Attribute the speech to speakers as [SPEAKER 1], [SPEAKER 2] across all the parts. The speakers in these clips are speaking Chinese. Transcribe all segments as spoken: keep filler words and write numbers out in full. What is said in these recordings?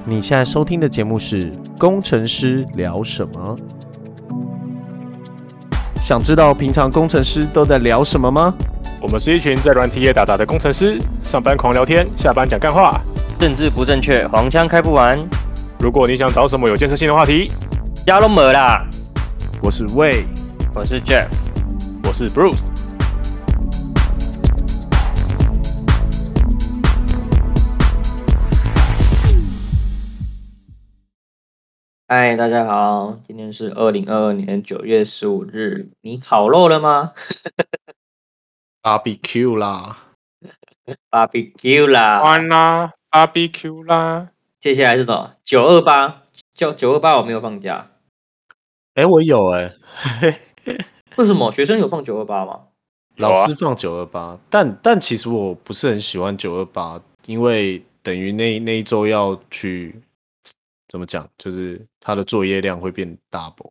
[SPEAKER 1] 你现在收听的节目是《工程师聊什么》。想知道平常工程师都在聊什么吗？
[SPEAKER 2] 我们是一群在软体业打杂的工程师，上班狂聊天，下班讲干话，
[SPEAKER 3] 政治不正确，黄腔开不完。
[SPEAKER 2] 如果你想找什么有建设性的话题，
[SPEAKER 3] 家都没啦。
[SPEAKER 1] 我是魏，
[SPEAKER 3] 我是 Jeff，
[SPEAKER 2] 我是 Bruce。
[SPEAKER 3] 嗨，大家好，今天是二零二二年九月十五日。你烤肉了吗
[SPEAKER 1] ？Barbecue 啦
[SPEAKER 3] ？Barbecue 啦，
[SPEAKER 2] 完啦 ，Barbecue 啦。
[SPEAKER 3] 接下来是什么？九二八，九九二八我没有放假。
[SPEAKER 1] 哎、欸，我有哎、欸。
[SPEAKER 3] 为什么学生有放九二八吗？
[SPEAKER 1] 老师放九二八，但但其实我不是很喜欢九二八，因为等于那那一周要去怎么讲，就是他的作业量会变 double。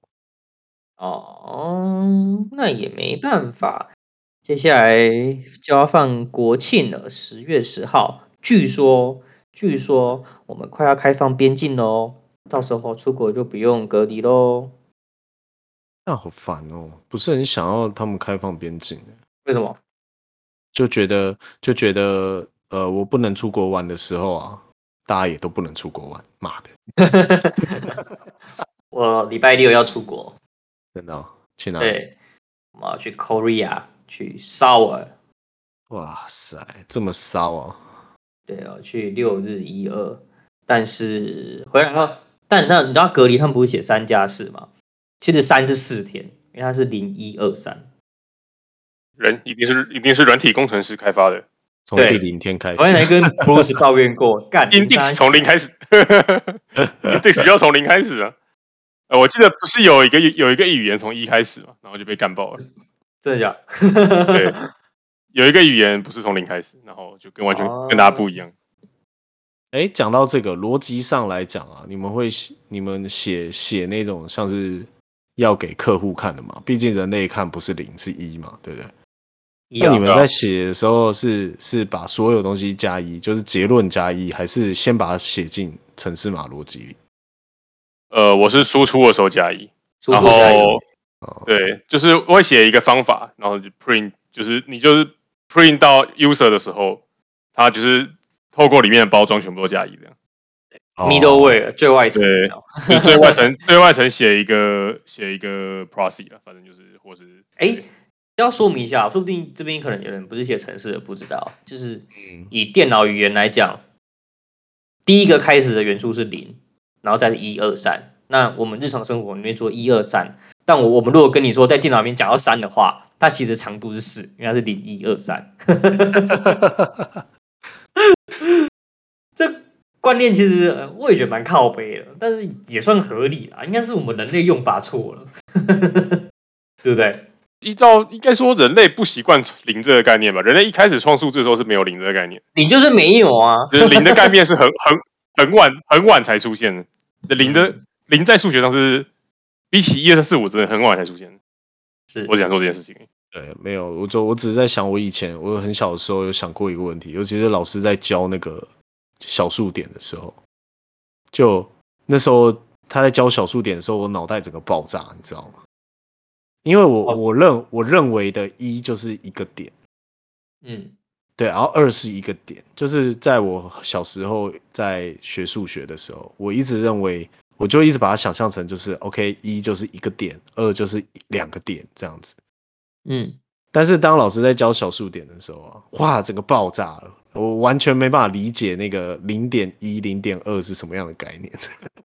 [SPEAKER 3] 哦，那也没办法。接下来就要放国庆了，十月十号。据说，据说我们快要开放边境喽，到时候出国就不用隔离喽。
[SPEAKER 1] 那好烦哦，不是很想要他们开放边境。
[SPEAKER 3] 为什么？
[SPEAKER 1] 就觉得就觉得呃，我不能出国玩的时候啊，大家也都不能出国玩，妈的！
[SPEAKER 3] 我礼拜六要出国，
[SPEAKER 1] 真的、哦？去哪里？
[SPEAKER 3] 对，我们要去 Korea， 去首尔。
[SPEAKER 1] 哇塞，这么骚啊！
[SPEAKER 3] 对哦，去六日一二，但是回来后，但那你知道隔离他们不是写三加四吗？其实三是四天，因为它是零一二三。
[SPEAKER 2] 人一定是一定是软体工程师开发的，
[SPEAKER 1] 从第零天开始。
[SPEAKER 3] 我才跟 Bruce 抱怨过，干
[SPEAKER 2] Index 从零开始，Index 要从零开始啊。呃，我记得不是有一个有一个语言从一开始嘛，然后就被干爆了。
[SPEAKER 3] 真的假？
[SPEAKER 2] 对，有一个语言不是从零开始，然后就跟完全跟大家不一样。
[SPEAKER 1] 哎，讲到这个逻辑上来讲啊，你们会你们写写那种像是要给客户看的嘛？毕竟人类看不是零是一嘛，对不对？那你们在写的时候是是把所有东西加一，就是结论加一，还是先把它写进程式码逻辑里？
[SPEAKER 2] 呃，我是输出的时候加一，
[SPEAKER 3] 然后
[SPEAKER 2] 对，就是我会写一个方法，然后就 print， 就是你就是 print 到 user 的时候，它就是透过里面的包装全部都加一这样。
[SPEAKER 3] middleware 最外层，
[SPEAKER 2] 对，就最外层最外层写一个写一个 process 了，反正就是或是
[SPEAKER 3] 哎。要说明一下，说不定这边可能有人不是写程式的，不知道。就是以电脑语言来讲，第一个开始的元素是零，然后再是一二三。那我们日常生活里面说一二三，但我我们如果跟你说在电脑里面讲到三的话，它其实长度是四，因为它是零一二三。这观念其实我也觉得蛮靠北的，但是也算合理啦。应该是我们人类用法错了，对不对？
[SPEAKER 2] 依照应该说人类不习惯零这个概念吧，人类一开始创数字的时候是没有零这个概念，
[SPEAKER 3] 零就是没有啊，
[SPEAKER 2] 就是零的概念是很很很晚很晚才出现的，零的零在数学上是比起一二三四五真的很晚才出现。
[SPEAKER 3] 是，
[SPEAKER 2] 我想做这件事情。
[SPEAKER 1] 对，没有，我就我只是在想，我以前我很小的时候有想过一个问题，尤其是老师在教那个小数点的时候，就那时候他在教小数点的时候，我脑袋整个爆炸，你知道吗？因为我、哦、我认我认为的一就是一个点，
[SPEAKER 3] 嗯，
[SPEAKER 1] 对，然后二是一个点，就是在我小时候在学数学的时候，我一直认为，我就一直把它想象成就是 OK， 一就是一个点，二就是两个点这样子，
[SPEAKER 3] 嗯，
[SPEAKER 1] 但是当老师在教小数点的时候啊，哇，整个爆炸了，我完全没办法理解那个零点一、零点二是什么样的概念。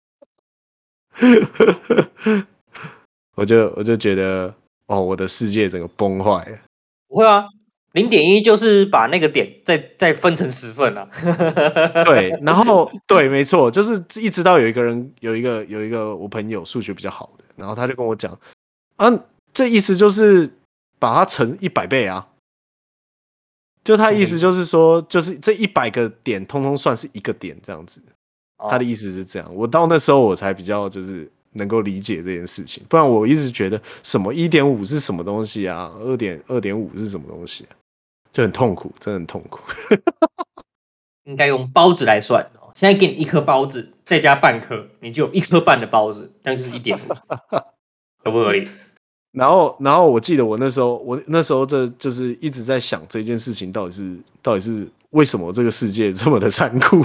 [SPEAKER 1] 我就我就觉得，哦，我的世界整个崩坏了。
[SPEAKER 3] 不会啊，零点一就是把那个点再再分成十份啊。
[SPEAKER 1] 对，然后对，没错，就是一直到有一个人有一个有一个我朋友数学比较好的，然后他就跟我讲，啊，这意思就是把它乘一百倍啊。就他意思就是说，就是这一百个点通通算是一个点这样子。他的意思是这样，我到那时候我才比较就是能够理解这件事情，不然我一直觉得什么 一点五 是什么东西啊 二点五 是什么东西啊，就很痛苦，真的很痛苦。
[SPEAKER 3] 应该用包子来算，现在给你一颗包子， 再加半颗，你就有一颗半的包子，那就是一点五，合不合理？
[SPEAKER 1] 然后，然后我记得我那时候，我那时候这就是一直在想这件事情到底是到底是为什么这个世界这么的残酷，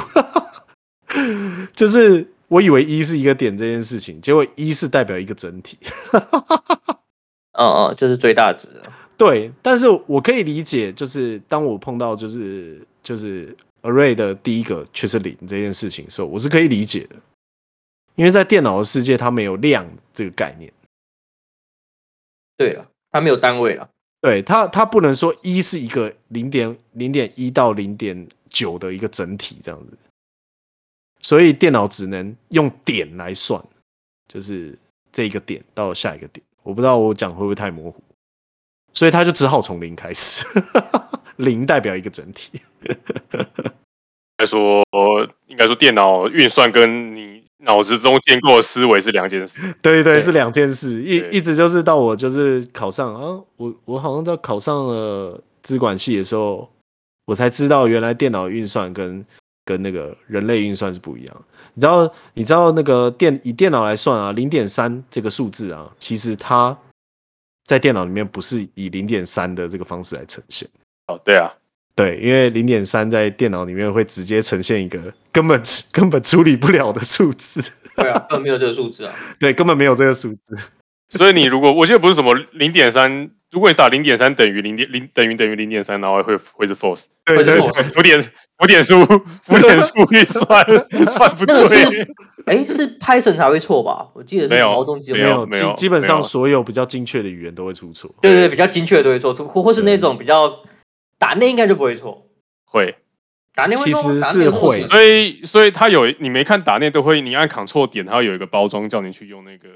[SPEAKER 1] 就是我以为一是一个点这件事情，结果一是代表一个整体。
[SPEAKER 3] 嗯嗯，就是最大值。
[SPEAKER 1] 对，但是我可以理解，就是当我碰到就是就是 array 的第一个却是零这件事情的时候，我是可以理解的，因为在电脑的世界它没有量这个概念。
[SPEAKER 3] 对了，它没有单位了。
[SPEAKER 1] 对，它它不能说一是一个零点零点一到零点九的一个整体这样子，所以电脑只能用点来算，就是这一个点到下一个点。我不知道我讲会不会太模糊，所以它就只好从零开始，零代表一个整体。
[SPEAKER 2] 应该说，应该说电脑运算跟你脑子中建构的思维是两件事。
[SPEAKER 1] 对对，是两件事。一一直就是到我就是考上啊，我我好像到考上了资管系的时候，我才知道原来电脑运算跟跟那个人类运算是不一样。你知道你知道那个电以电脑来算啊，零点三这个数字啊，其实它在电脑里面不是以零点三的这个方式来呈现。
[SPEAKER 2] 哦，对啊。
[SPEAKER 1] 对，因为零点三在电脑里面会直接呈现一个根本根本处理不了的数字。
[SPEAKER 3] 对啊，根本没有这个数字啊。
[SPEAKER 1] 对，根本没有这个数字。
[SPEAKER 2] 所以你如果我记得不是什么零点三，如果你打零点三等于零点零等于等于零点三，然后会会是 false。
[SPEAKER 1] 对对对，
[SPEAKER 2] 浮点浮点数浮点数运算算不对。
[SPEAKER 3] 那个是，哎，是 Python 才会错吧？我记得是毛中
[SPEAKER 2] 没
[SPEAKER 1] 有
[SPEAKER 2] 没有，
[SPEAKER 1] 基本上所有比较精确的语言都会出错。
[SPEAKER 3] 对对，比较精确的都会错，或或是那种比较打内应该就不会错。
[SPEAKER 2] 会。
[SPEAKER 3] 打内
[SPEAKER 1] 其实是会，
[SPEAKER 2] 所以所以它有你没看打内都会，你按 Ctrl 点，它有一个包装叫你去用那个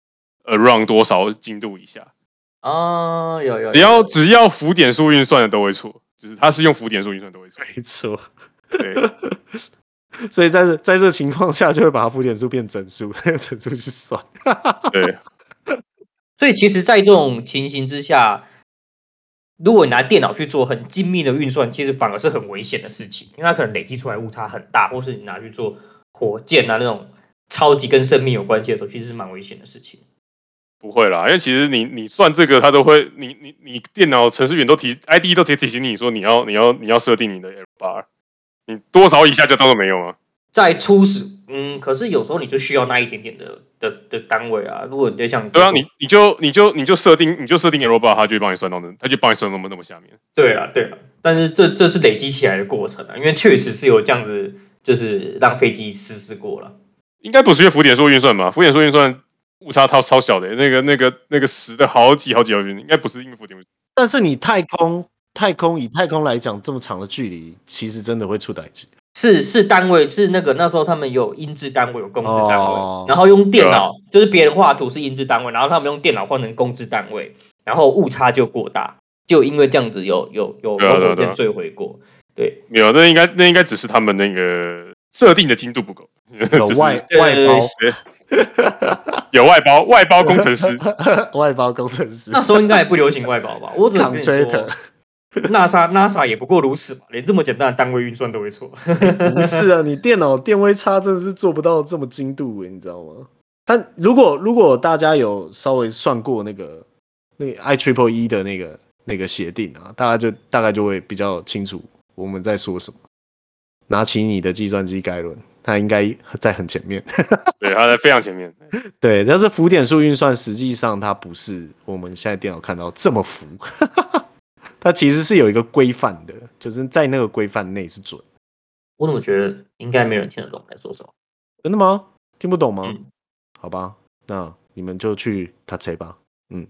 [SPEAKER 2] around 多少精度以下
[SPEAKER 3] 啊、哦，有有，
[SPEAKER 2] 只要只要浮点数运算的都会错，就是它是用浮点数运算都会错，
[SPEAKER 1] 没错，
[SPEAKER 2] 对，
[SPEAKER 1] 所以在这在这情况下就会把它浮点数变整数，用整数去算，
[SPEAKER 2] 对，
[SPEAKER 3] 所以其实，在这种情形之下。如果你拿电脑去做很精密的运算，其实反而是很危险的事情，因为它可能累积出来误差很大，或是你拿去做火箭啊那种超级跟生命有关系的时候，其实是蛮危险的事情。
[SPEAKER 2] 不会啦，因为其实你你算这个，它都会，你你你电脑程式员都提 I D E 都提提醒你说你要你要你要设定你的 error bar， 你多少以下就当做没有吗？
[SPEAKER 3] 在初始，嗯，可是有时候你就需要那一点点的的的单位啊。如果你就像
[SPEAKER 2] 对啊，你你就你就你就设定你就设定 error bar， 它就会帮你算到那，它就帮你算到那么那么下面。
[SPEAKER 3] 对啊，对啊，但是这这是累积起来的过程啊，因为确实是有这样子，就是让飞机失事过了。
[SPEAKER 2] 应该不是因为浮点数运算吧？浮点数运算误差超超小的、欸，那个那个那个十的好几好几条运，应该不是因为浮点数。
[SPEAKER 1] 但是你太空太空以太空来讲，这么长的距离，其实真的会出代志。
[SPEAKER 3] 是是单位是那个那时候他们有英制单位有公制单位，
[SPEAKER 1] 哦、
[SPEAKER 3] 然后用电脑、啊、就是别人画图是英制单位，然后他们用电脑换成公制单位，然后误差就过大，就因为这样子有有有有火箭坠毁过。对，
[SPEAKER 2] 没有，那应该那应该只是他们那个设定的精度不够，
[SPEAKER 1] 有外外包，
[SPEAKER 2] 有外包外包工程师，
[SPEAKER 1] 外包工程师，
[SPEAKER 3] 那时候应该也不流行外包吧？我只能跟你说。NASA NASA 也不过如此嘛，连这么简单的单位运算都会错。
[SPEAKER 1] 不是啊，你电脑电位差真的是做不到这么精度，你知道吗？但如果如果大家有稍微算过那个那个 I triple E 的那个那个协定啊，大概就大概就会比较清楚我们在说什么。拿起你的计算机概论，它应该在很前面。
[SPEAKER 2] 对，它在非常前面。
[SPEAKER 1] 对，但是浮点数运算实际上它不是我们现在电脑看到这么浮。它其实是有一个规范的，就是在那个规范内是准。
[SPEAKER 3] 我怎么觉得应该没人听得懂在说什么？
[SPEAKER 1] 真的吗？听不懂吗？
[SPEAKER 3] 嗯、
[SPEAKER 1] 好吧，那你们就去他车吧。嗯，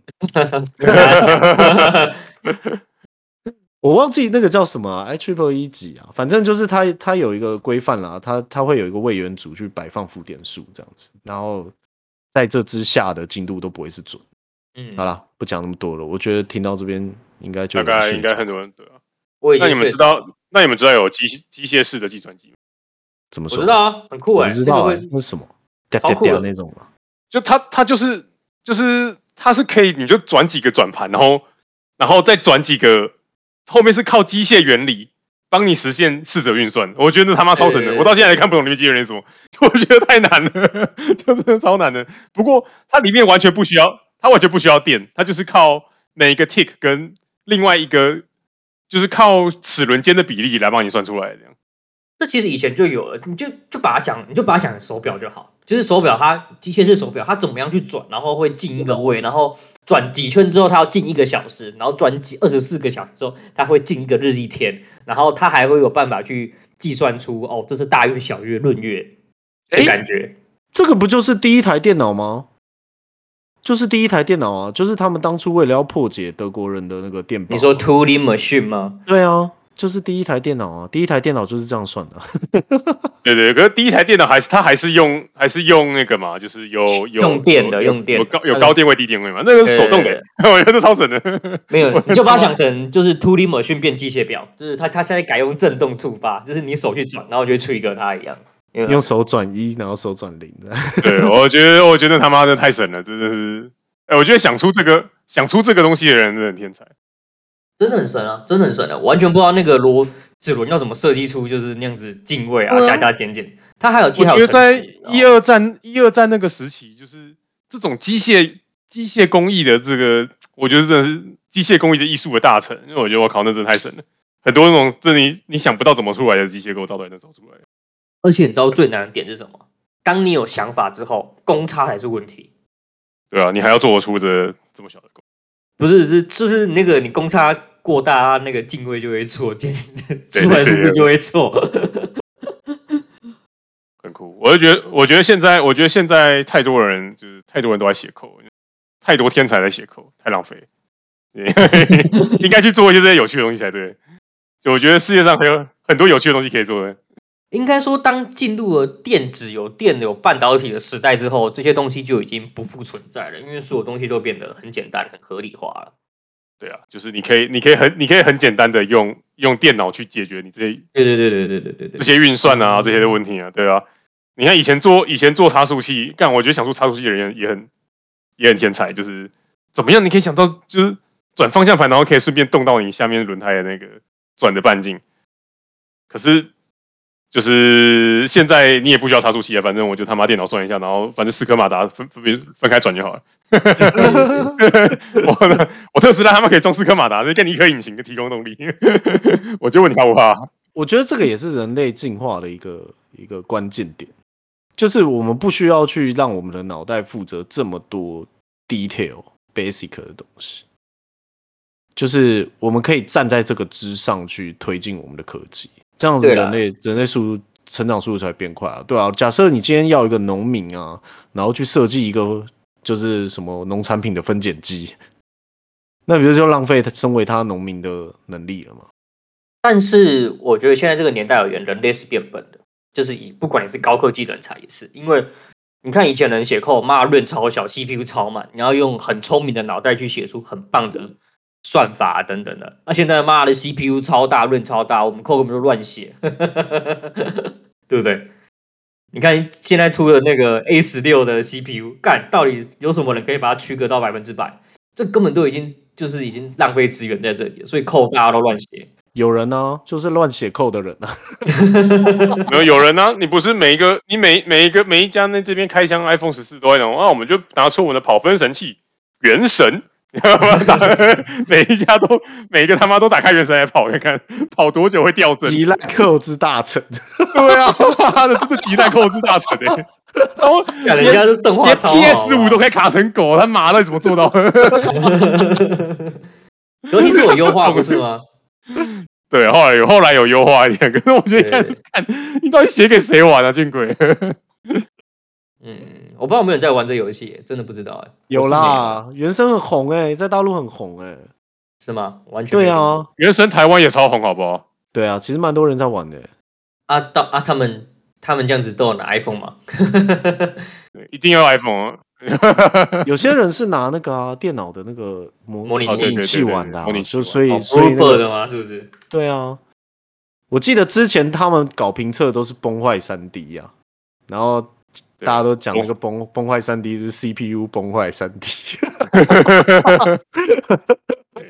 [SPEAKER 1] 我忘记那个叫什么、啊、I triple E 几啊，反正就是它它有一个规范啦，它它会有一个位元组去摆放浮点数这样子，然后在这之下的精度都不会是准。嗯，好啦，不讲那么多了。我觉得听到这边应该就
[SPEAKER 2] 大概应该很多人对啊。
[SPEAKER 3] 那
[SPEAKER 2] 你们知道？那你们知道有机机械式的计算机吗？
[SPEAKER 1] 怎么说？
[SPEAKER 3] 我知道啊，很酷哎、欸。
[SPEAKER 1] 我不知道哎、欸，那是什么？
[SPEAKER 3] 超酷的
[SPEAKER 1] 那种吗？
[SPEAKER 2] 就它它就是就是它是可以，你就转几个转盘，然后然后再转几个，后面是靠机械原理帮你实现四则运算，我觉得他妈超神的。我到现在还看不懂里面机器人是什么，我觉得太难了，就是超难的。不过它里面完全不需要，它完全不需要电，它就是靠每一个 tick 跟另外一个，就是靠齿轮间的比例来帮你算出来的这样。
[SPEAKER 3] 这其实以前就有了，你就就把它讲，你就把它讲手表就好，就是手表它机械式手表，它怎么样去转，然后会进一个位，然后转几圈之后它要进一个小时，然后转几二十四个小时之后它会进一个日历天，然后它还会有办法去计算出哦，这是大月、小月、闰月的感觉。
[SPEAKER 1] 这个不就是第一台电脑吗？就是第一台电脑啊，就是他们当初为了要破解德国人的那个电报。
[SPEAKER 3] 你说 Turing Machine 吗？
[SPEAKER 1] 对啊。就是第一台电脑啊，第一台电脑就是这样算的、啊。
[SPEAKER 2] 对对，可是第一台电脑还是它还是用还是用那个嘛，就是有有
[SPEAKER 3] 用电的，用电
[SPEAKER 2] 有高有高电位、低电位嘛，那个是手动的，我觉得超神的。
[SPEAKER 3] 没有，你就把它想成就是 Turing Machine 变机械表，就是它它现在改用震动触发，就是你手去转，然后就 trigger 它一样。
[SPEAKER 1] 用手转一，然后手转零的。
[SPEAKER 2] 对，我觉得我觉得他妈的太神了，真的是。哎，我觉得想出这个想出这个东西的人真的很天才。
[SPEAKER 3] 真的很神啊，真的很神啊！完全不知道那个螺齿轮要怎么设计出就是那样子进位啊，加加减减。它还有，我
[SPEAKER 2] 觉得在一二战一二战那个时期，就是这种机械机械工艺的这个，我觉得真的是机械工艺的艺术的大成。因为我觉得我靠，那真的太神了，很多那种这你你想不到怎么出来的机械构造都能找出来。
[SPEAKER 3] 而且你知道最难的点是什么？当你有想法之后，公差才是问题。
[SPEAKER 2] 对啊，你还要做得出这这么小的工。
[SPEAKER 3] 不是，是就是那个你公差过大，那个进位就会错，出来数字就会错。
[SPEAKER 2] 很酷，我就觉得，我觉得现在，我觉得现在太多人，就是太多人都在写扣，太多天才在写扣，太浪费。应该去做一些这些有趣的东西才对。就我觉得世界上还有很多有趣的东西可以做的。
[SPEAKER 3] 应该说，当进入了电子有电有半导体的时代之后，这些东西就已经不复存在了，因为所有东西都变得很简单、很合理化了。
[SPEAKER 2] 对啊，就是你可以，你可以很，你可以很简单的用用电脑去解决你这些，
[SPEAKER 3] 对对对对对对对对，
[SPEAKER 2] 这些运算啊，这些的问题啊，对啊。你看以前做以前做差速器，干，我觉得想出差速器的人也很也很天才，就是怎么样，你可以想到就是转方向盘，然后可以顺便动到你下面轮胎的那个转的半径。可是就是现在你也不需要差速器啊，反正我就他妈电脑算一下，然后反正四颗马达分分别分开转就好了。我我特斯拉他妈可以装四颗马达，就跟你一颗引擎提供动力。我就问你怕不怕？
[SPEAKER 1] 我觉得这个也是人类进化的一个一个关键点，就是我们不需要去让我们的脑袋负责这么多 detail basic 的东西，就是我们可以站在这个之上去推进我们的科技，这样子人类人类速度成长速度才会变快啊，对啊。假设你今天要一个农民啊，然后去设计一个就是什么农产品的分拣机，那不是就浪费身为他农民的能力了吗？
[SPEAKER 3] 但是我觉得现在这个年代而言，人类是变笨的，就是以不管你是高科技人才也是，因为你看以前人写扣，妈论超小 ，C P U 超慢，你要用很聪明的脑袋去写出很棒的算法、啊、等等的。那、啊、现在妈的 C P U 超大，论超大，我们扣根本就乱写，对不对？你看现在出了那个 A 十六 的 C P U， 干到底有什么人可以把它区隔到百分之百？这根本都已经就是已经浪费资源在这里了，所以扣大家都乱写。
[SPEAKER 1] 有人呢、啊，就是乱写扣的人啊。
[SPEAKER 2] 没有有人呢、啊，你不是每一个你每每一个每一家那这边开箱 iPhone 十四都在讲啊，我们就拿出我们的跑分神器原神，每一家都每一个他妈都打开原神来跑看看，跑多久会掉帧？
[SPEAKER 1] 极烂扣之大成。
[SPEAKER 2] 对啊，妈的，真的极烂扣之大成哎、欸！然后
[SPEAKER 3] 人家是动画超好、啊、
[SPEAKER 2] P S 五都可以卡成狗，他妈的怎么做到？
[SPEAKER 3] 可是是有优化不是吗？
[SPEAKER 2] 对，后来有后来有优化一点，可是我觉得看看你到底写给谁玩啊，见鬼！
[SPEAKER 3] 嗯，我不知道有没有人在玩这游戏，真的不知道哎。
[SPEAKER 1] 有啦，原神很红哎、欸，在大陆很红哎、欸，
[SPEAKER 3] 是吗？完全
[SPEAKER 1] 对啊，
[SPEAKER 2] 原神台湾也超红，好不好？
[SPEAKER 1] 对啊，其实蛮多人在玩的、欸。
[SPEAKER 3] 啊，到啊，他们他们这样子都有拿 iPhone 吗？
[SPEAKER 2] 一定要 iPhone
[SPEAKER 1] 有些人是拿那个啊电脑的那个模
[SPEAKER 3] 模拟
[SPEAKER 1] 器器玩的、啊，
[SPEAKER 2] 模拟器
[SPEAKER 1] 就所以、
[SPEAKER 3] 哦、
[SPEAKER 1] 所以、那個、
[SPEAKER 3] 的吗？是不是？
[SPEAKER 1] 对啊，我记得之前他们搞评测都是崩坏 三 D 啊，然后大家都讲那个崩崩坏 三 D 是 C P U 崩坏 三 D，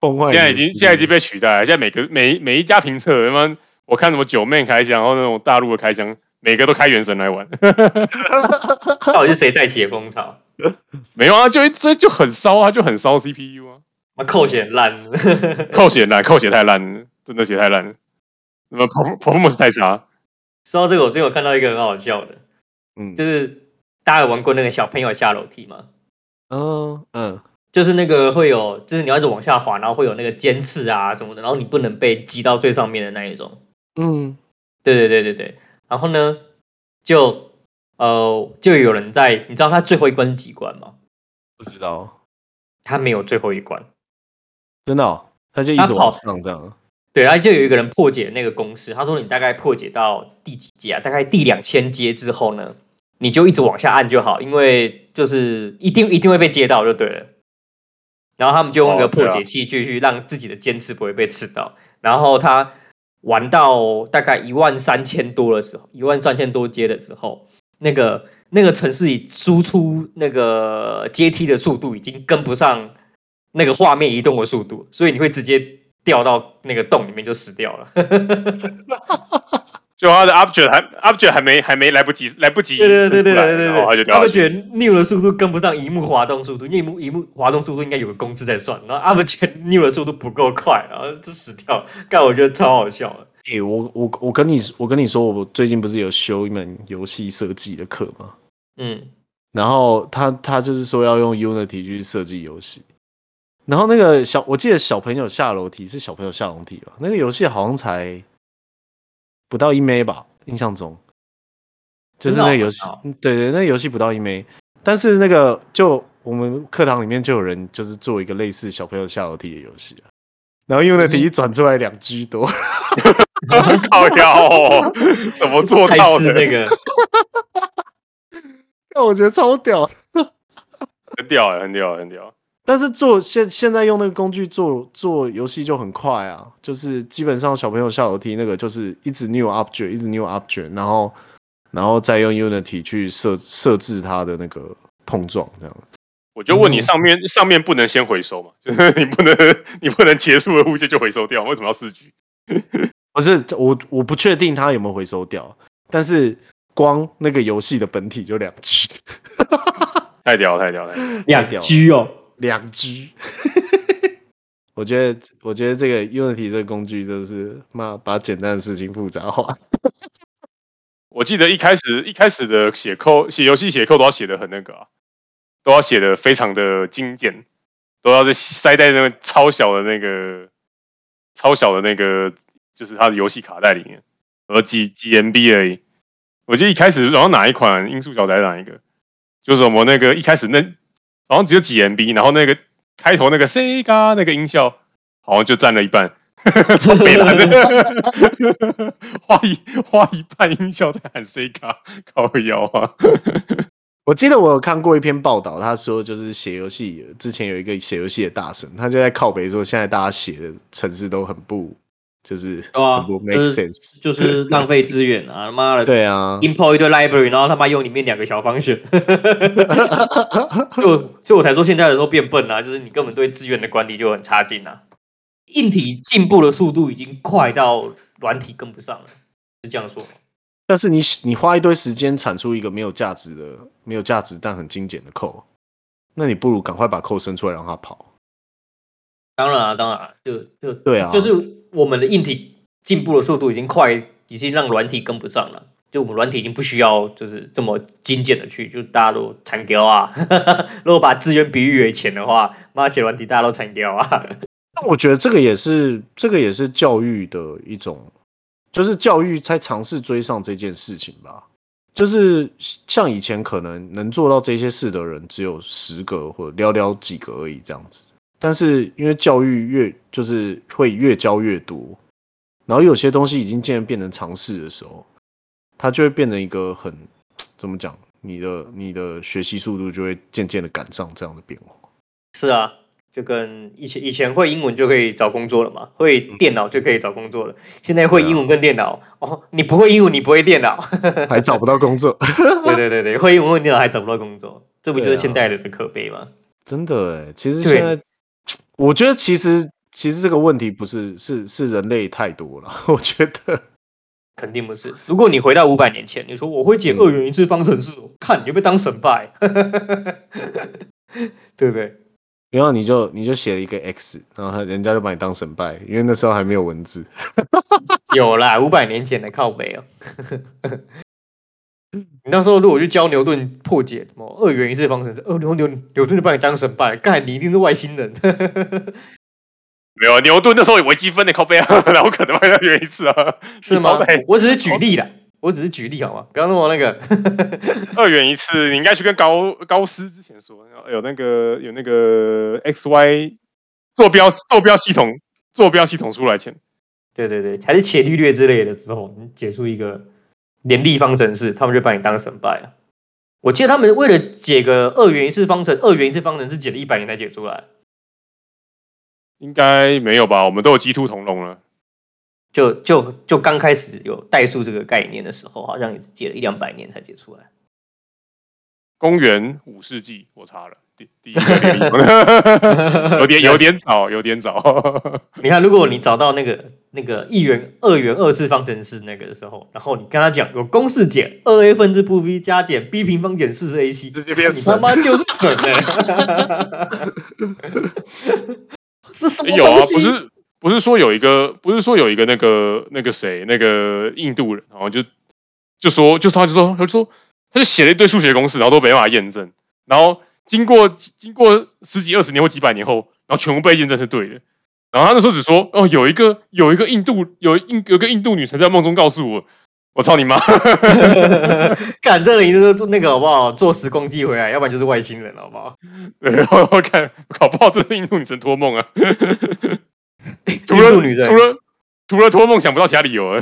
[SPEAKER 1] 崩坏。
[SPEAKER 2] 现在已经现在已经被取代了。现在每个每每一家评测，他妈我看什么九妹开箱，然后那种大陆的开箱，每个都开原神来玩。
[SPEAKER 3] 到底是谁带起的风潮？
[SPEAKER 2] 没有啊，就这就很烧啊，就很烧 C P U 啊。
[SPEAKER 3] 那扣血烂，
[SPEAKER 2] 扣血烂，扣血太烂了，真的血太烂了。那么 performance 太差。
[SPEAKER 3] 说到这个，我最近有看到一个很好笑的，嗯，就是大家有玩过那个小朋友下楼梯吗？
[SPEAKER 1] 嗯嗯，
[SPEAKER 3] 就是那个会有，就是你要一直往下滑，然后会有那个尖刺啊什么的，然后你不能被击到最上面的那一种。嗯，对对对对对。然后呢，就呃，就有人在，你知道他最后一关是几关吗？
[SPEAKER 1] 不知道，
[SPEAKER 3] 他没有最后一关，
[SPEAKER 1] 真的、哦，他就一直往上这样。
[SPEAKER 3] 对，然后就有一个人破解那个公式，他说你大概破解到第几阶啊？大概第两千阶之后呢，你就一直往下按就好，因为就是一定一定会被接到就对了。然后他们就用那个破解器去、哦啊、去让自己的尖刺不会被刺到。然后他玩到大概一万三千多的时候，一万三千多阶的时候，那个那个程式里输出那个阶梯的速度已经跟不上那个画面移动的速度，所以你会直接掉到那个洞里面就死掉了。
[SPEAKER 2] 就他的 object 还 object 还没还没来不及来不及，
[SPEAKER 3] 对对对对对对，
[SPEAKER 2] 然后他就掉下去。
[SPEAKER 3] object new 的速度跟不上萤幕滑动速度，萤幕萤幕滑动速度应该有个公式在算，然后 object new 的速度不够快，然后就死掉。但我觉得超好笑的。
[SPEAKER 1] 诶、欸，我我我跟你我跟你说，我最近不是有修一门游戏设计的课吗？嗯，然后他他就是说要用 Unity 去设计游戏。然后那个小，我记得小朋友下楼梯是小朋友下楼梯吧？那个游戏好像才不到一枚吧，印象中，就是那个游戏，对对，那个游戏不到一枚。但是那个就我们课堂里面就有人就是做一个类似小朋友下楼梯的游戏啊，然后 Unity 一转出来两 G 多，
[SPEAKER 2] 靠腰哦，怎么做到的？
[SPEAKER 3] 那个，
[SPEAKER 1] 那我觉得超屌，
[SPEAKER 2] 很屌哎，很屌，很屌。
[SPEAKER 1] 但是做现现在用那个工具做做游戏就很快啊，就是基本上小朋友下楼梯那个就是一直 new object， 一直 new object， 然后然后再用 Unity 去设设置它的那个碰撞这样。
[SPEAKER 2] 我就问你，上面、嗯、上面不能先回收嘛？就是你不能你不能结束的物件就回收掉，为什么要四 G？
[SPEAKER 1] 不是我我不确定它有没有回收掉，但是光那个游戏的本体就两 G，
[SPEAKER 2] 太屌太屌太屌，
[SPEAKER 3] 两 G 哦。
[SPEAKER 1] 两 G， 我觉得，我觉得这个 Unity 这个工具真的是妈把简单的事情复杂化。
[SPEAKER 2] 我记得一开始一开始的写扣写游戏写扣都要写的很那个啊，都要写的非常的精简，都要塞在那个超小的那个超小的那个就是它的游戏卡带里面，而几几 M B 而已。我记得一开始然后哪一款音速小宅哪一个，就是什么那个一开始那。好像只有几 M B， 然后那个开头那个 Sega 那个音效，好像就占了一半，超北蓝的，花一花一半音效在喊 Sega， 靠腰啊！
[SPEAKER 1] 我记得我有看过一篇报道，他说就是写游戏之前有一个写游戏的大神，他就在靠北说，现在大家写的程式都很不。就是很不 make sense，、
[SPEAKER 3] 啊、就是、就是浪费资源啊！他妈的，
[SPEAKER 1] 对啊
[SPEAKER 3] ，import 一堆 library， 然后他妈用里面两个小方选，就就我才说现在人都变笨啊！就是你根本对资源的管理就很差劲啊！硬体进步的速度已经快到软体跟不上了，是这样说吗？
[SPEAKER 1] 但是你你花一堆时间产出一个没有价值的、没有价值但很精简的 code， 那你不如赶快把 code 生出来让它跑。
[SPEAKER 3] 当然啊，当然、啊，就就
[SPEAKER 1] 对啊，
[SPEAKER 3] 就是我们的硬体进步的速度已经快，已经让软体跟不上了。就我们软体已经不需要就是这么精简的去，就大家都残掉啊。如果把资源比喻为钱的话，妈写软体大家都残掉啊。
[SPEAKER 1] 那我觉得这个也是这个也是教育的一种，就是教育才尝试追上这件事情吧。就是像以前可能能做到这些事的人只有十个或者寥寥几个而已这样子。但是因为教育越就是会越教越多，然后有些东西已经渐渐变成常识的时候，它就会变成一个很怎么讲，你的你的学习速度就会渐渐的赶上这样的变化。
[SPEAKER 3] 是啊，就跟以前以前会英文就可以找工作了嘛，会电脑就可以找工作了。现在会英文跟电脑，哦，你不会英文，你不会电脑，
[SPEAKER 1] 还找不到工作。
[SPEAKER 3] 对对对对，会英文会电脑还找不到工作，这不就是现代人的可悲吗？
[SPEAKER 1] 真的哎，其实现在。我觉得其实其实这个问题不是是是人类太多了，我觉得
[SPEAKER 3] 肯定不是。如果你回到五百年前，你说我会解二元一次方程式，嗯、看你就被当神拜，对不对？
[SPEAKER 1] 然后你就你就写了一个 X， 然后人家就把你当神拜，因为那时候还没有文字。
[SPEAKER 3] 有啦，五百年前的靠北哦。你那时候如果去教牛顿破解什么二元一次方程式，二牛牛牛顿就把你当神拜，干你一定是外星人。
[SPEAKER 2] 没有牛顿那时候有微积分的靠背啊，然后可能会要原一次啊，
[SPEAKER 3] 是吗？我只是举例啦，我只是举例好吗？不要那么那个。
[SPEAKER 2] 二元一次，你应该去跟高高斯之前说，有那个有那个 X Y 坐标坐标系统坐标系统出来前，
[SPEAKER 3] 对对对，还是伽利略之类的时候，你解出一个联立方程式，他们就把你当神拜啊。我记得他们为了解个二元一次方程，二元一次方程式解了一百年才解出来。
[SPEAKER 2] 应该没有吧？我们都有鸡兔同笼了。
[SPEAKER 3] 就就就刚开始有代数这个概念的时候，好像也是解了一两百年才解出来。
[SPEAKER 2] 公元五世纪，我查了，第第一个有点有点早，有点早。
[SPEAKER 3] 你看，如果你找到那个那个一元、二元二次方程式那个的时候，然后你跟他讲有公式解二 a 分之负 v 加减 b 平方减四十 a c，
[SPEAKER 1] 直接变神，
[SPEAKER 3] 你他妈就是神了。是什么
[SPEAKER 2] 有啊？不是不是说有一个，不是说有一个那个那个谁，那个印度人，然后就就说，就他就说，他就说，他就写了一堆数学公式，然后都没办法验证，然后经过经过十几二十年或几百年后，然后全部被验证是对的。然后他那时候只说，哦，有一个有一个印度有印有个印度女神在梦中告诉我，我操你妈！
[SPEAKER 3] 干这个一定是那个好不好？坐时光机回来，要不然就是外星人，好不好？
[SPEAKER 2] 对，我我看搞不好这是印度女神托梦啊。除了除了除了托梦，想不到其他理由了。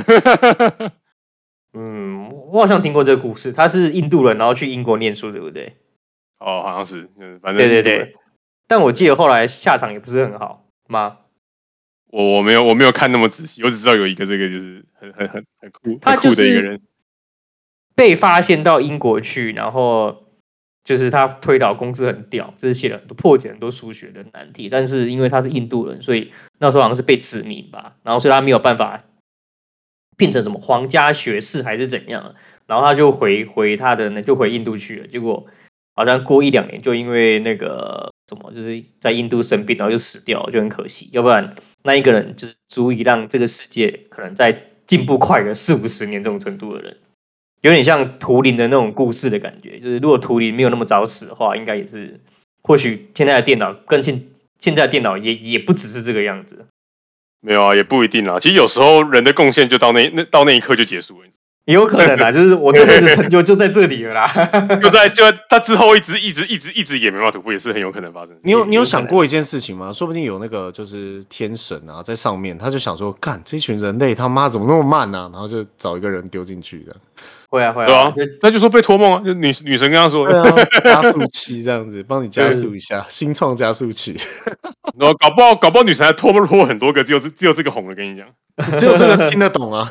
[SPEAKER 3] 嗯，我好像听过这个故事，他是印度人，然后去英国念书，对不对？
[SPEAKER 2] 哦，好像是，嗯，反正
[SPEAKER 3] 对对对。但我记得后来下场也不是很好吗？
[SPEAKER 2] 我我没有我没有看那么仔细，我只知道有一个这个就是很很很很酷很酷的一个人，
[SPEAKER 3] 被发现到英国去，然后就是他推导公式很屌，就是写了很多破解很多数学的难题，但是因为他是印度人，所以那时候好像是被殖民吧，然后所以他没有办法变成什么皇家学士还是怎样，然后他就回回他的那就回印度去了，结果好像过一两年就因为那个什么，就是在印度生病，然后就死掉了，就很可惜。要不然那一个人就是足以让这个世界可能在进步快个四五十年这种程度的人，有点像图灵的那种故事的感觉。就是如果图灵没有那么早死的话，应该也是，或许现在的电脑跟现现在的电脑也也不只是这个样子。
[SPEAKER 2] 没有啊，也不一定啦。其实有时候人的贡献就到那那到那一刻就结束了。
[SPEAKER 3] 也有可能啦，就是我这辈子成就就在这里了啦，
[SPEAKER 2] 就在就在他之后一直一直一直一直也没办法突破，也是很有可能发生。
[SPEAKER 1] 你有你有想过一件事情吗？说不定有那个就是天神啊在上面，他就想说，干这群人类他妈怎么那么慢啊？然后就找一个人丢进去的。
[SPEAKER 3] 会啊会啊，
[SPEAKER 2] 对啊，他就说被托梦啊，就女女神跟他说，
[SPEAKER 1] 对啊，加速器这样子，帮你加速一下，新创加速器。
[SPEAKER 2] 然后搞不好搞不好女神还托梦托很多个，只有只有这个红了，跟你讲，
[SPEAKER 1] 只有这个听得懂啊。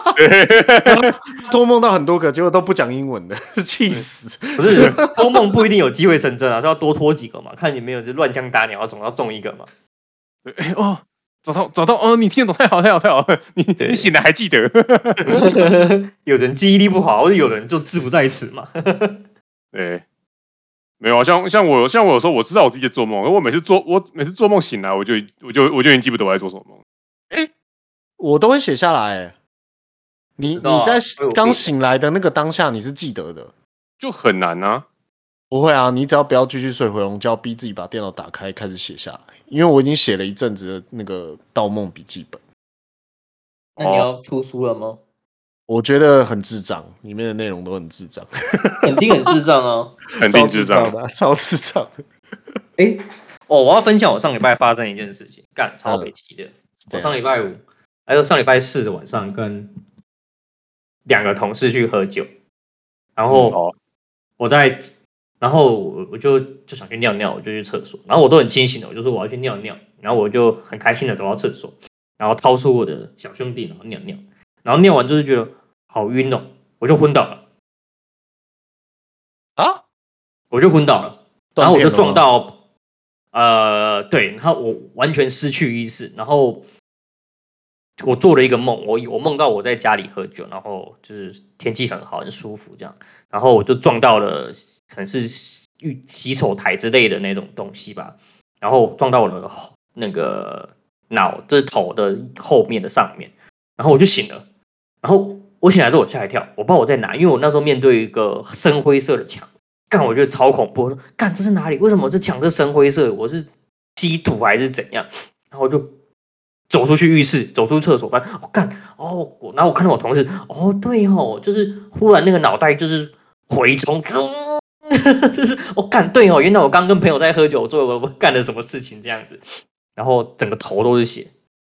[SPEAKER 1] 托梦到很多个，结果都不讲英文的，气死！
[SPEAKER 3] 不是托梦不一定有机会成真啊，就要多托几个嘛，看有没有就乱枪打鸟，总要中一个嘛。
[SPEAKER 2] 对，哎哦，找到找到哦，你听得懂，太好太好太好，你你醒来还记得。
[SPEAKER 3] 有人记忆力不好，或者有人就志不在此嘛。
[SPEAKER 2] 对，没有啊，像像我像我有时候我知道我自己在做梦，我每次做我每次做梦醒来，我就我就我就已经记不得我在做什么梦。
[SPEAKER 1] 哎、欸，我都会写下来、欸。你你在刚醒来的那个当下，你是记得的，
[SPEAKER 2] 就很难啊。
[SPEAKER 1] 不会啊，你只要不要继续睡回笼觉，逼自己把电脑打开，开始写下来。因为我已经写了一阵子的那个盗梦笔记本。
[SPEAKER 3] 那你要出书了吗？
[SPEAKER 1] 我觉得很智障，里面的内容都很智障，
[SPEAKER 3] 肯定很智障啊，
[SPEAKER 2] 肯定智障
[SPEAKER 1] 的，超智障的。
[SPEAKER 3] 哎、欸，哦，我要分享我上礼拜发生一件事情，干超北齐的。嗯、我上礼拜五还有上礼拜四的晚上跟两个同事去喝酒，然后我在，然后我我就就想去尿尿，我就去厕所，然后我都很清醒的，我就说我要去尿尿，然后我就很开心的走到厕所，然后掏出我的小兄弟，然后尿尿，然后尿完就是觉得好晕哦，我就昏倒了，
[SPEAKER 1] 啊，
[SPEAKER 3] 我就昏倒了，然后我就撞到， 呃，对，然后我完全失去意识，然后我做了一个梦，我我梦到我在家里喝酒，然后就是天气很好，很舒服这样，然后我就撞到了可能是浴洗手台之类的那种东西吧，然后撞到我的那个脑，就是头的后面的上面，然后我就醒了，然后我醒来之后我吓一跳，我不知道我在哪，因为我那时候面对一个深灰色的墙，干我觉得超恐怖，我说干这是哪里？为什么这墙是深灰色？我是稀土还是怎样？然后我就走出去浴室，走出厕所，发现我干哦，然后我看到我同事，哦对哦，就是忽然那个脑袋就是回冲，就是我干、哦、对哦，原来我刚跟朋友在喝酒，做我干了什么事情这样子，然后整个头都是血，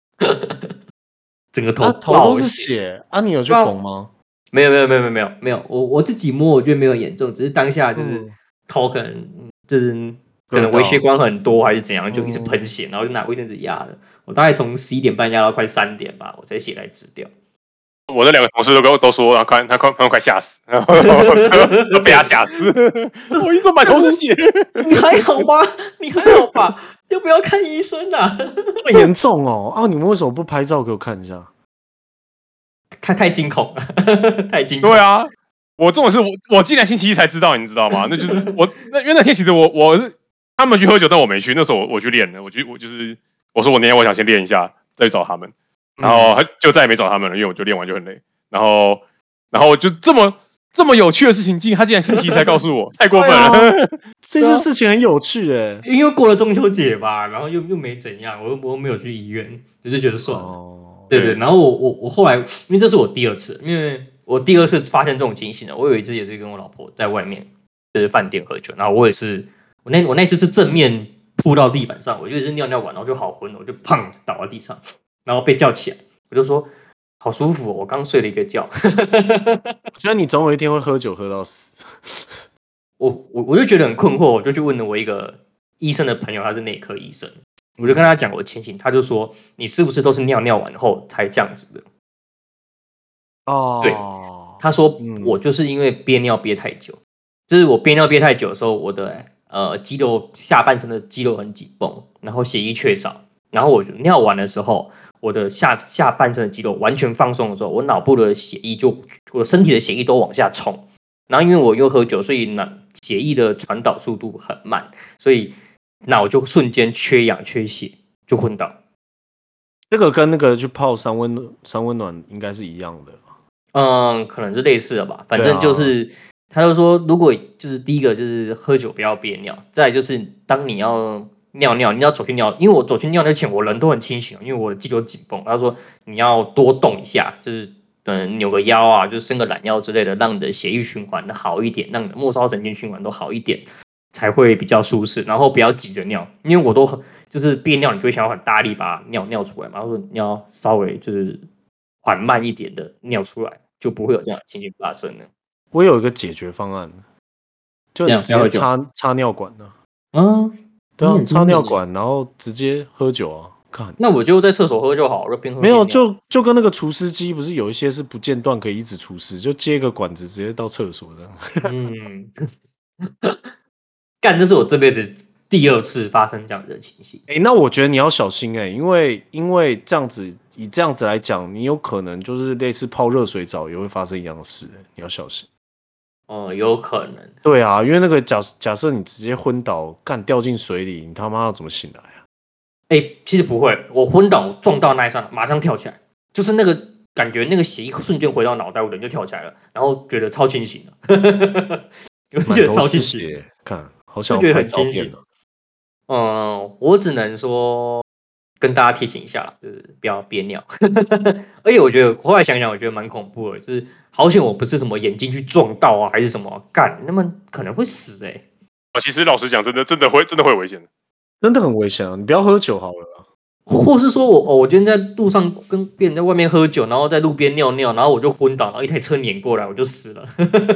[SPEAKER 3] 整个头、
[SPEAKER 1] 啊、头都是血啊！你有去缝吗？
[SPEAKER 3] 没有没有没有没有没有没有，我我自己摸我觉得没有严重，只是当下就是头可能就是可能微血管很多还是怎样，就一直喷血，然后就拿卫生纸压的。我大概从十一点半压到快三点吧，我才血才止掉。
[SPEAKER 2] 我那两个同事都都说，他快他快快快吓死，然后都被他吓死。我一直满头是血，
[SPEAKER 3] 你还好吗？你还好吧？要不要看医生啊？
[SPEAKER 1] 这么严重哦！啊，你们为什么不拍照给我看一下？
[SPEAKER 3] 他太惊恐了，太惊恐。
[SPEAKER 2] 对啊，我这种事我我竟然星期一才知道，你知道吗？那就是我那因为那天其实我我他们去喝酒，但我没去。那时候我我去练了，我去我就是我说我那天我想先练一下，再去找他们。然后他就再也没找他们了，因为我就练完就很累。然后，然后就这么这么有趣的事情，竟他竟然星期一才告诉我，太过分了。
[SPEAKER 1] 啊、这件事情很有趣哎，
[SPEAKER 3] 因为过了中秋节吧，然后又又没怎样，我又我又没有去医院，就是觉得算了。哦、对对，然后我我我后来，因为这是我第二次，因为我第二次发生这种情形了。我有一次也是跟我老婆在外面就是饭店喝酒，然后我也是我那我那次是正面扑到地板上，我就是尿尿完，然后就好昏了，我就砰倒在地上。然后被叫起来，我就说好舒服、哦，我刚睡了一个觉。
[SPEAKER 1] 我觉得你总有一天会喝酒喝到死。
[SPEAKER 3] 我我我就觉得很困惑，我就去问了我一个医生的朋友，他是内科医生，我就跟他讲我的情形，他就说你是不是都是尿尿完后才这样子的？
[SPEAKER 1] 哦，
[SPEAKER 3] 对，他说、嗯、我就是因为憋尿憋太久，就是我憋尿憋太久的时候，我的呃肌肉下半身的肌肉很紧绷，然后血液缺少，然后我尿完的时候。我的下下半身的肌肉完全放松的时候，我脑部的血液就我身体的血液都往下冲，然后因为我又喝酒，所以血液的传导速度很慢，所以脑就瞬间缺氧缺血，就昏倒。
[SPEAKER 1] 这个跟那个去泡三温三温暖应该是一样的。
[SPEAKER 3] 嗯，可能是类似的吧，反正就是、啊、他就说，如果就是第一个就是喝酒不要憋尿，再来就是当你要。尿尿，你要走去尿，因为我走去尿尿前，我人都很清醒，因为我的肌肉紧绷。他说你要多动一下，就是嗯扭个腰啊，就伸个懒腰之类的，让你的血液循环的好一点，让你的末梢神经循环都好一点，才会比较舒适。然后不要急着尿，因为我都就是憋尿，你就会想要很大力把尿尿出来嘛。他说你要稍微就是缓慢一点的尿出来，就不会有这样的情形发生了。
[SPEAKER 1] 我有一个解决方案，就你直接插插尿管呢、啊。嗯。对啊，插尿管，然后直接喝酒啊！看，
[SPEAKER 3] 那我就在厕所喝就好了，边喝
[SPEAKER 1] 没有，就就跟那个除湿机，不是有一些是不间断可以一直除湿，就接个管子直接到厕所的。
[SPEAKER 3] 嗯，干，这是我这辈子第二次发生这样的情形。
[SPEAKER 1] 哎、欸，那我觉得你要小心哎、欸，因为因为这样子，以这样子来讲，你有可能就是类似泡热水澡也会发生一样的事、欸，你要小心。
[SPEAKER 3] 哦、嗯，有可能。
[SPEAKER 1] 对啊，因为那个假假设你直接昏倒，干掉进水里，你他妈要怎么醒来啊？
[SPEAKER 3] 哎、欸，其实不会，我昏倒撞到那一刹那，马上跳起来，就是那个感觉，那个血液瞬间回到脑袋，我人就跳起来了，然后觉得超清醒的，我觉得超清醒，
[SPEAKER 1] 看好想拍照片
[SPEAKER 3] 了。嗯，我只能说跟大家提醒一下啦，就是不要憋尿。而且我觉得后来想想，我觉得蛮恐怖的，就是好险我不是什么眼睛去撞到啊，还是什么干，那么可能会死哎、欸。
[SPEAKER 2] 啊，其实老实讲，真的真的会真的会危险的，
[SPEAKER 1] 真的很危险啊！你不要喝酒好了啦。
[SPEAKER 3] 或是说我哦，我今天在路上跟别人在外面喝酒，然后在路边尿尿，然后我就昏倒，然后一台车碾过来，我就死了。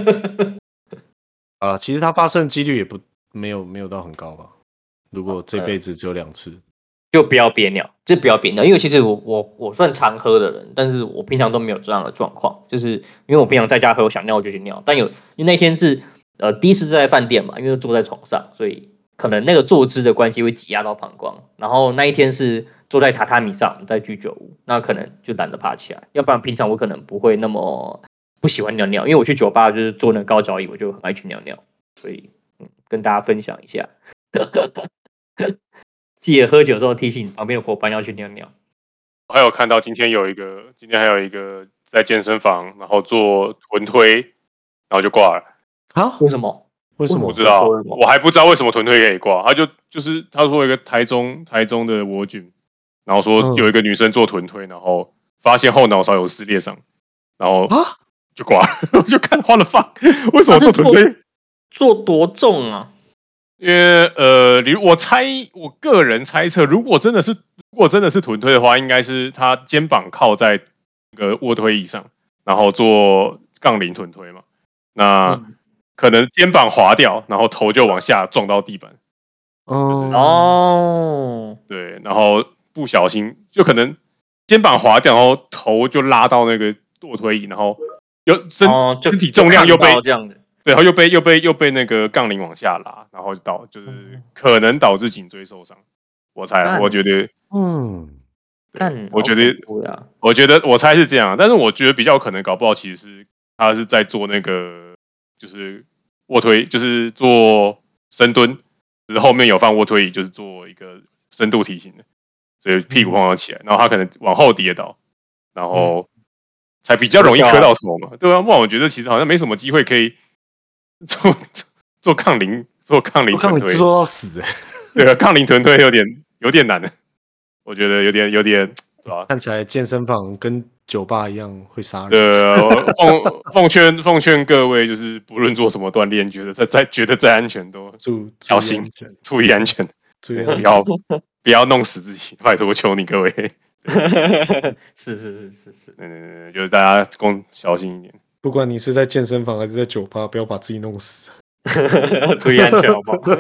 [SPEAKER 1] 啊，其实它发生的几率也不没有没有到很高吧。如果这辈子只有两次，
[SPEAKER 3] 就不要憋尿，就不要憋尿。因为其实我我我算常喝的人，但是我平常都没有这样的状况，就是因为我平常在家喝，我想尿我就去尿。但有因为那天是呃第一次在饭店嘛，因为坐在床上，所以可能那个坐姿的关系会挤压到膀胱，然后那一天是坐在榻榻米上，在居酒屋，那可能就懒得爬起来。要不然平常我可能不会那么不喜欢尿尿，因为我去酒吧就是坐那个高脚椅，我就很爱去尿尿，所以、嗯、跟大家分享一下。记得喝酒之后提醒旁边的伙伴要去尿尿。
[SPEAKER 2] 我还有看到今天有一个，今天还有一个在健身房，然后做臀推，然后就挂了。
[SPEAKER 1] 啊？
[SPEAKER 3] 为什么？
[SPEAKER 1] 为什么？
[SPEAKER 2] 我不知道，我还不知道为什么臀推可以挂。他就就是他说有一个台中台中的我军，然后说有一个女生做臀推，然后发现后脑勺有撕裂伤，然后
[SPEAKER 1] 啊
[SPEAKER 2] 就挂了。我就看花了 fuck， 为什么做臀推？
[SPEAKER 3] 做多重啊？
[SPEAKER 2] 因为呃，我猜我个人猜测，如果真的是如果真的是臀推的话，应该是他肩膀靠在那个卧推椅上，然后做杠铃臀推嘛。那、嗯、可能肩膀滑掉，然后头就往下撞到地板。
[SPEAKER 3] 哦、
[SPEAKER 2] 就是，对，然后不小心就可能肩膀滑掉，然后头就拉到那个卧推椅，然后又身、哦、身体重量又被
[SPEAKER 3] 这样的。
[SPEAKER 2] 对，然后又被又被又被那个杠铃往下拉，然后导就是可能导致颈椎受伤。我猜，我觉得，
[SPEAKER 1] 嗯，
[SPEAKER 3] 干，
[SPEAKER 2] 我觉得，我觉得我猜是这样，但是我觉得比较可能，搞不好其实是他是在做那个就是卧推，就是做深蹲，只是后面有放卧推椅，就是做一个深度提醒的，所以屁股晃了起来，然后他可能往后跌倒，然后才比较容易磕到头嘛，对吧？不然我觉得其实好像没什么机会可以。做做杠铃，做杠铃臀推，
[SPEAKER 1] 做到死哎、欸！
[SPEAKER 2] 对啊，杠铃臀推有点有点难，我觉得有点有点，对吧？
[SPEAKER 1] 看起来健身房跟酒吧一样会杀人。
[SPEAKER 2] 对，奉奉劝奉劝各位，就是不论做什么锻炼，觉得再再觉得再安全都小心，注意安全，
[SPEAKER 1] 注意安全，
[SPEAKER 2] 不要不要弄死自己，拜托求你各位。
[SPEAKER 3] 是是是是是，
[SPEAKER 2] 嗯，就是大家共小心一点。
[SPEAKER 1] 不管你是在健身房还是在酒吧，不要把自己弄死。
[SPEAKER 3] 注意安全，好不好？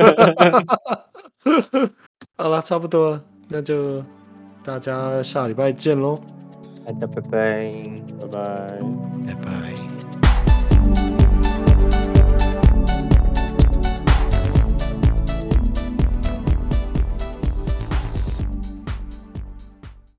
[SPEAKER 1] 好了，差不多了，那就大家下礼拜见喽。
[SPEAKER 3] 大家拜拜，
[SPEAKER 2] 拜拜，
[SPEAKER 1] 拜拜。